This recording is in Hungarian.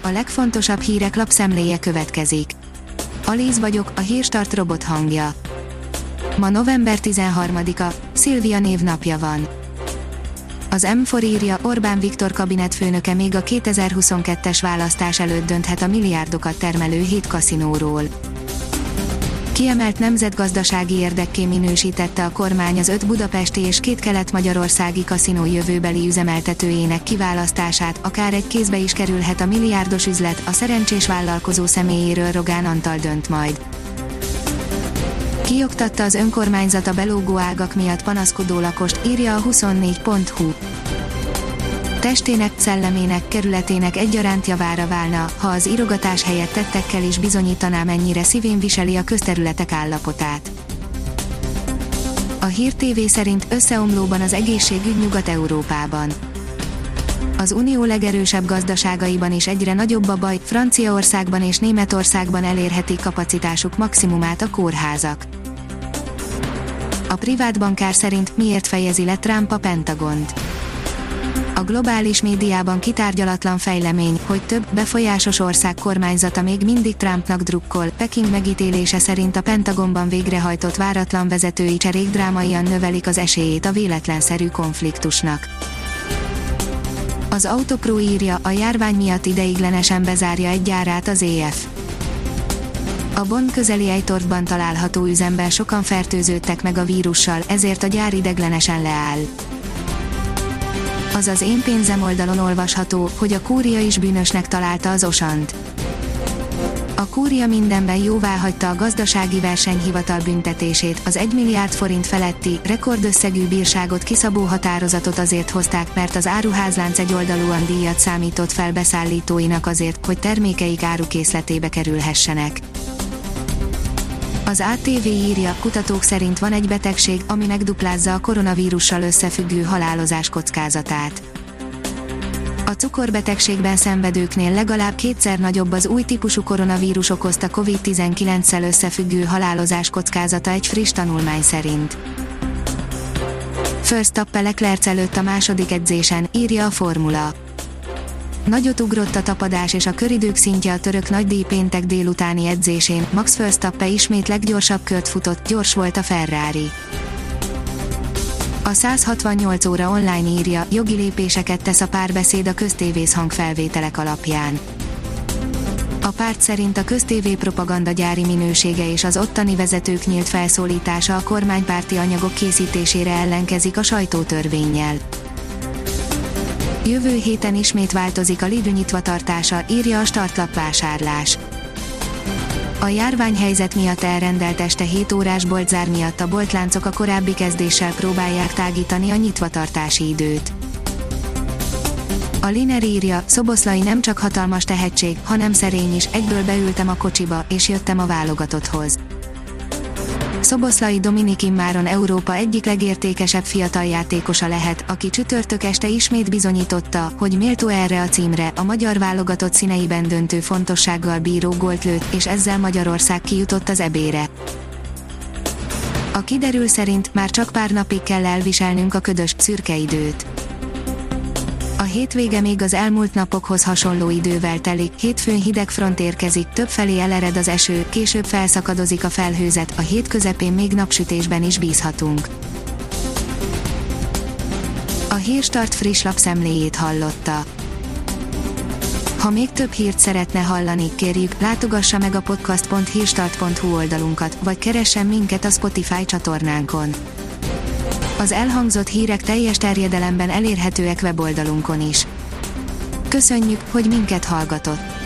A legfontosabb hírek lapszemléje következik. Alíz vagyok, a Hírstart robot hangja. Ma november 13-a, Szilvia névnapja van. Az M4 írja, Orbán Viktor kabinetfőnöke még a 2022-es választás előtt dönthet a milliárdokat termelő 7 kaszinóról. Kiemelt nemzetgazdasági érdekké minősítette a kormány az 5 budapesti és 2 kelet-magyarországi kaszinó jövőbeli üzemeltetőjének kiválasztását, akár egy kézbe is kerülhet a milliárdos üzlet, a szerencsés vállalkozó személyéről Rogán Antal dönt majd. Kioktatta az önkormányzat a belógó ágak miatt panaszkodó lakost, írja a 24.hu. Testének, szellemének, kerületének egyaránt javára válna, ha az írogatás helyett tettekkel is bizonyítaná, mennyire szívén viseli a közterületek állapotát. A Hír TV szerint összeomlóban az egészségügy Nyugat-Európában. Az Unió legerősebb gazdaságaiban is egyre nagyobb a baj, Franciaországban és Németországban elérhetik kapacitásuk maximumát a kórházak. A privát bankár szerint miért fejezi le Trump a Pentagont. A globális médiában kitárgyalatlan fejlemény, hogy több befolyásos ország kormányzata még mindig Trumpnak drukkol. Peking megítélése szerint a Pentagonban végrehajtott váratlan vezetői cserék drámaian növelik az esélyét a véletlenszerű konfliktusnak. Az Autopro írja, a járvány miatt ideiglenesen bezárja egy gyárát az EF. A Bonn közeli Eitorfban található üzemben sokan fertőződtek meg a vírussal, ezért a gyár ideiglenesen leáll. Az Én pénzem oldalon olvasható, hogy a kúria is bűnösnek találta az Osant. A kúria mindenben jóváhagyta a gazdasági versenyhivatal büntetését, az 1 milliárd forint feletti, rekordösszegű bírságot kiszabó határozatot azért hozták, mert az áruházlánc egyoldalúan díjat számított fel beszállítóinak azért, hogy termékeik árukészletébe kerülhessenek. Az ATV írja, kutatók szerint van egy betegség, ami megduplázza a koronavírussal összefüggő halálozás kockázatát. A cukorbetegségben szenvedőknél legalább 2-szer nagyobb az új típusú koronavírus okozta COVID-19-szel összefüggő halálozás kockázata egy friss tanulmány szerint. Verstappen Leclerc előtt a második edzésen, írja a Formula. Nagyot ugrott a tapadás és a köridők szintje a török nagydíj péntek délutáni edzésén, Max Verstappen ismét leggyorsabb kört futott, gyors volt a Ferrari. A 168 óra online írja, jogi lépéseket tesz a Párbeszéd a köztévész hangfelvételek alapján. A párt szerint a köztévé propagandagyári minősége és az ottani vezetők nyílt felszólítása a kormánypárti anyagok készítésére ellenkezik a sajtótörvénnyel. Jövő héten ismét változik a Lidl nyitvatartása, írja a Startlap vásárlás. A járványhelyzet miatt elrendelt este 7 órás boltzár miatt a boltláncok a korábbi kezdéssel próbálják tágítani a nyitvatartási időt. A Liner írja, Szoboszlai nem csak hatalmas tehetség, hanem szerény is, egyből beültem a kocsiba, és jöttem a válogatotthoz. Szoboszlai Dominik immáron Európa egyik legértékesebb fiatal játékosa lehet, aki csütörtök este ismét bizonyította, hogy méltó erre a címre, a magyar válogatott színeiben döntő fontossággal bíró gólt lőtt, és ezzel Magyarország kijutott az EB-re. A kiderül szerint már csak pár napig kell elviselnünk a ködös, szürke időt. A hétvége még az elmúlt napokhoz hasonló idővel telik, hétfőn hideg front érkezik, többfelé elered az eső, később felszakadozik a felhőzet, a hét közepén még napsütésben is bízhatunk. A Hírstart friss lapszemléjét hallotta. Ha még több hírt szeretne hallani, kérjük, látogassa meg a podcast.hírstart.hu oldalunkat, vagy keressen minket a Spotify csatornánkon. Az elhangzott hírek teljes terjedelemben elérhetőek weboldalunkon is. Köszönjük, hogy minket hallgatott!